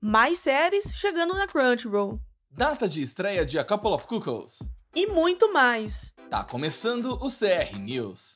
mais séries chegando na Crunchyroll. Data de estreia de A Couple of Cuckoos. E muito mais. Tá começando o CR News.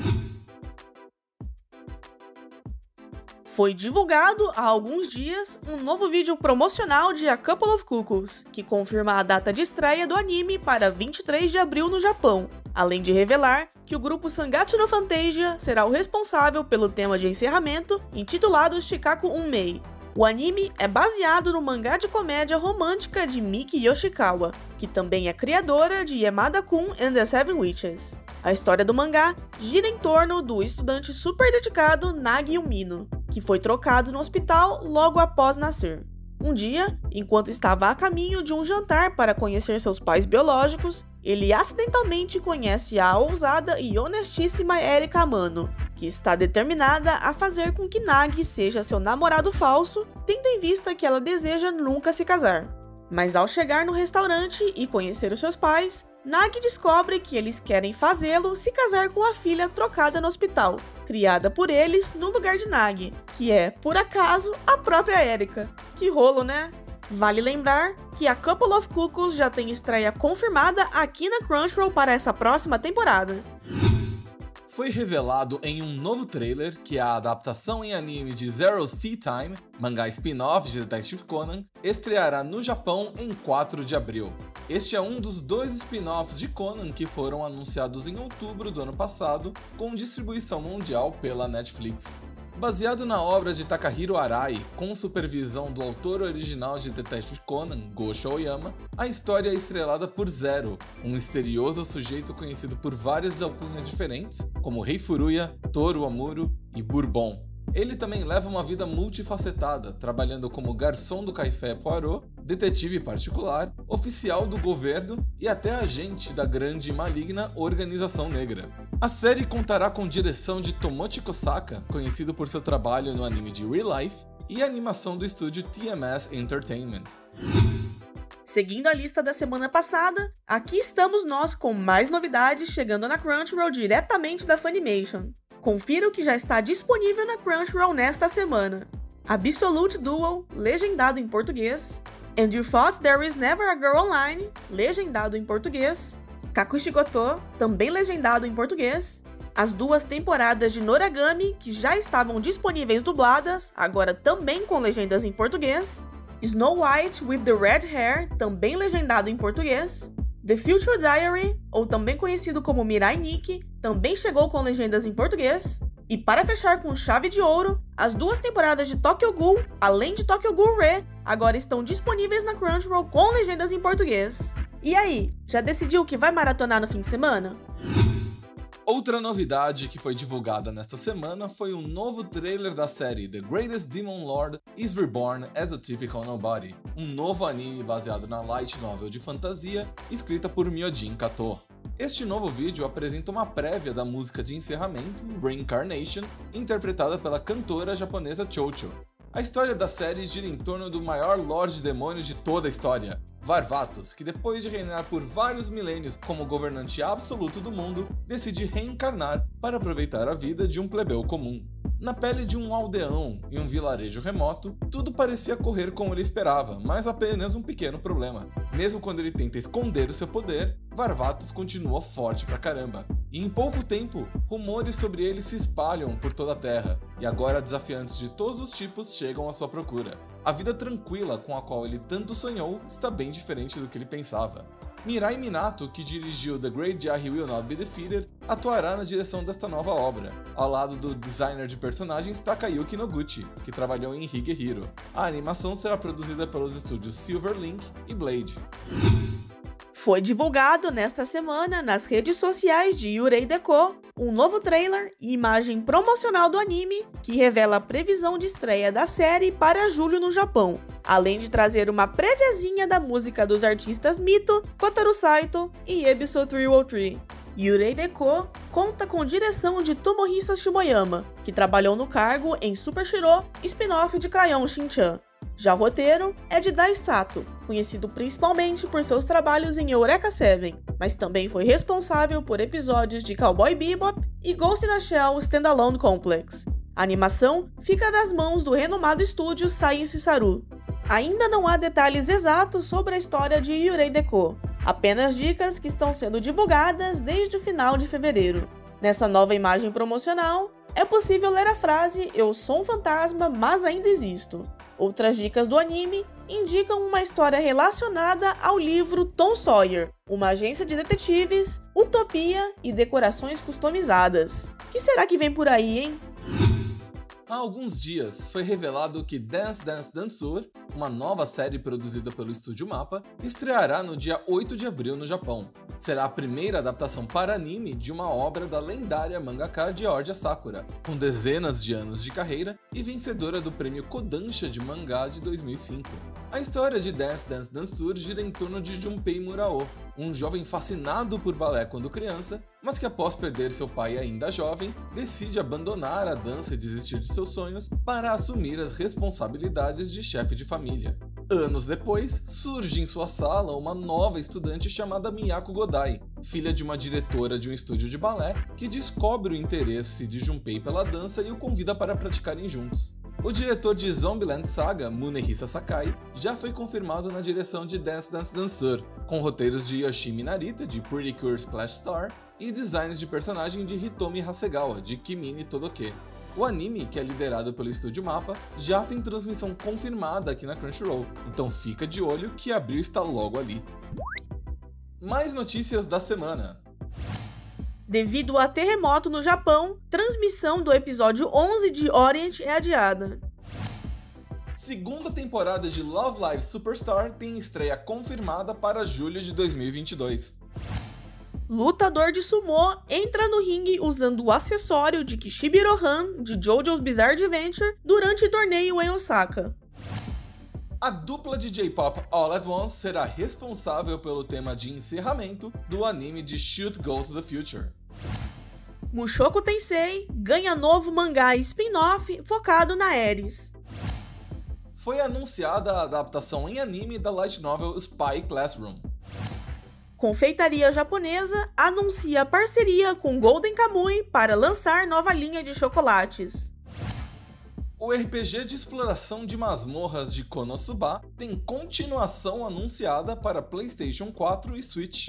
Foi divulgado há alguns dias um novo vídeo promocional de A Couple of Cuckoos, que confirma a data de estreia do anime para 23 de abril no Japão, além de revelar que o grupo Sangatsu no Fantasia será o responsável pelo tema de encerramento, intitulado Shikaku Unmei. O anime é baseado no mangá de comédia romântica de Miki Yoshikawa, que também é criadora de Yamada-kun and the Seven Witches. A história do mangá gira em torno do estudante super dedicado Nagi Umino, que foi trocado no hospital logo após nascer. Um dia, enquanto estava a caminho de um jantar para conhecer seus pais biológicos, ele acidentalmente conhece a ousada e honestíssima Erika Amano, que está determinada a fazer com que Nagi seja seu namorado falso, tendo em vista que ela deseja nunca se casar. Mas ao chegar no restaurante e conhecer os seus pais, Nagi descobre que eles querem fazê-lo se casar com a filha trocada no hospital, criada por eles no lugar de Nagi, que é, por acaso, a própria Erika. Que rolo, né? Vale lembrar que A Couple of Cuckoos já tem estreia confirmada aqui na Crunchyroll para essa próxima temporada. Foi revelado em um novo trailer que a adaptação em anime de Zero's Tea Time, mangá spin-off de Detective Conan, estreará no Japão em 4 de abril. Este é um dos 2 spin-offs de Conan que foram anunciados em outubro do ano passado, com distribuição mundial pela Netflix. Baseado na obra de Takahiro Arai, com supervisão do autor original de Detective Conan, Gosho Oyama, a história é estrelada por Zero, um misterioso sujeito conhecido por várias alcunhas diferentes, como Rei Furuya, Toru Amuro e Bourbon. Ele também leva uma vida multifacetada, trabalhando como garçom do Café Poirot, detetive particular, oficial do governo e até agente da grande e maligna Organização Negra. A série contará com direção de Tomochi Kosaka, conhecido por seu trabalho no anime de Real Life, e a animação do estúdio TMS Entertainment. Seguindo a lista da semana passada, aqui estamos nós com mais novidades chegando na Crunchyroll diretamente da Funimation. Confira o que já está disponível na Crunchyroll nesta semana. Absolute Duel, legendado em português. And You Thought There Is Never a Girl Online, legendado em português. Kakushigoto, também legendado em português. As 2 temporadas de Noragami, que já estavam disponíveis dubladas, agora também com legendas em português. Snow White with the Red Hair, também legendado em português. The Future Diary, ou também conhecido como Mirai Nikki, também chegou com legendas em português. E para fechar com chave de ouro, as 2 temporadas de Tokyo Ghoul, além de Tokyo Ghoul Re, agora estão disponíveis na Crunchyroll com legendas em português. E aí, já decidiu o que vai maratonar no fim de semana? Outra novidade que foi divulgada nesta semana foi um novo trailer da série The Greatest Demon Lord is Reborn as a Typical Nobody, um novo anime baseado na light novel de fantasia escrita por Myojin Kato. Este novo vídeo apresenta uma prévia da música de encerramento, Reincarnation, interpretada pela cantora japonesa Chocho. A história da série gira em torno do maior Lorde Demônio de toda a história, Varvatos, que depois de reinar por vários milênios como governante absoluto do mundo, decide reencarnar para aproveitar a vida de um plebeu comum. Na pele de um aldeão em um vilarejo remoto, tudo parecia correr como ele esperava, mas apenas um pequeno problema. Mesmo quando ele tenta esconder o seu poder, Varvatos continua forte pra caramba. E em pouco tempo, rumores sobre ele se espalham por toda a Terra, e agora desafiantes de todos os tipos chegam à sua procura. A vida tranquila com a qual ele tanto sonhou está bem diferente do que ele pensava. Mirai Minato, que dirigiu The Great Jari Will Not Be Defeated, atuará na direção desta nova obra, ao lado do designer de personagens Takayuki Noguchi, que trabalhou em Higehiro. A animação será produzida pelos estúdios Silverlink e Blade. Foi divulgado nesta semana nas redes sociais de Yurei Deco um novo trailer e imagem promocional do anime que revela a previsão de estreia da série para julho no Japão, além de trazer uma préviazinha da música dos artistas Mito, Kotaro Saito e Ebisu 303. Yurei Deco conta com direção de Tomohisa Shimoyama, que trabalhou no cargo em Super Shiro, spin-off de Crayon Shin-chan. Já o roteiro é de Dai Sato, conhecido principalmente por seus trabalhos em Eureka 7, mas também foi responsável por episódios de Cowboy Bebop e Ghost in the Shell Standalone Complex. A animação fica nas mãos do renomado estúdio Science Saru. Ainda não há detalhes exatos sobre a história de Yurei Deco, apenas dicas que estão sendo divulgadas desde o final de fevereiro. Nessa nova imagem promocional, é possível ler a frase "Eu sou um fantasma, mas ainda existo". Outras dicas do anime indicam uma história relacionada ao livro Tom Sawyer, uma agência de detetives, utopia e decorações customizadas. O que será que vem por aí, hein? Há alguns dias foi revelado que Dance Dance Danseur, uma nova série produzida pelo estúdio Mappa, estreará no dia 8 de abril no Japão. Será a primeira adaptação para anime de uma obra da lendária mangaka Georgia Sakura, com dezenas de anos de carreira e vencedora do prêmio Kodansha de mangá de 2005. A história de Dance Dance Danseur gira em torno de Junpei Murao, um jovem fascinado por balé quando criança, mas que após perder seu pai ainda jovem, decide abandonar a dança e desistir de seus sonhos para assumir as responsabilidades de chefe de família. Anos depois, surge em sua sala uma nova estudante chamada Miyako Godai, filha de uma diretora de um estúdio de balé, que descobre o interesse de Junpei pela dança e o convida para praticarem juntos. O diretor de Zombieland Saga, Munehisa Sakai, já foi confirmado na direção de Dance Dance Danseur, com roteiros de Yoshimi Narita, de Pretty Cure Splash Star, e designs de personagem de Hitomi Hasegawa, de Kimi ni Todoke. O anime, que é liderado pelo estúdio Mappa, já tem transmissão confirmada aqui na Crunchyroll, então fica de olho que abril está logo ali. Mais notícias da semana. Devido a terremoto no Japão, transmissão do episódio 11 de Orient é adiada. Segunda temporada de Love Live Superstar tem estreia confirmada para julho de 2022. Lutador de sumô entra no ringue usando o acessório de Kishibiro-Han de JoJo's Bizarre Adventure durante torneio em Osaka. A dupla de J-pop All at Once será responsável pelo tema de encerramento do anime de Shoot Go to the Future. Mushoku Tensei ganha novo mangá spin-off focado na Ares. Foi anunciada a adaptação em anime da light novel Spy Classroom. Confeitaria japonesa anuncia parceria com Golden Kamuy para lançar nova linha de chocolates. O RPG de exploração de masmorras de Konosuba tem continuação anunciada para PlayStation 4 e Switch.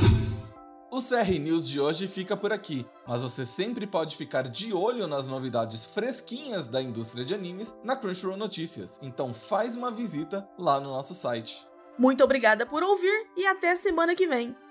O CR News de hoje fica por aqui, mas você sempre pode ficar de olho nas novidades fresquinhas da indústria de animes na Crunchyroll Notícias, então faz uma visita lá no nosso site. Muito obrigada por ouvir e até semana que vem!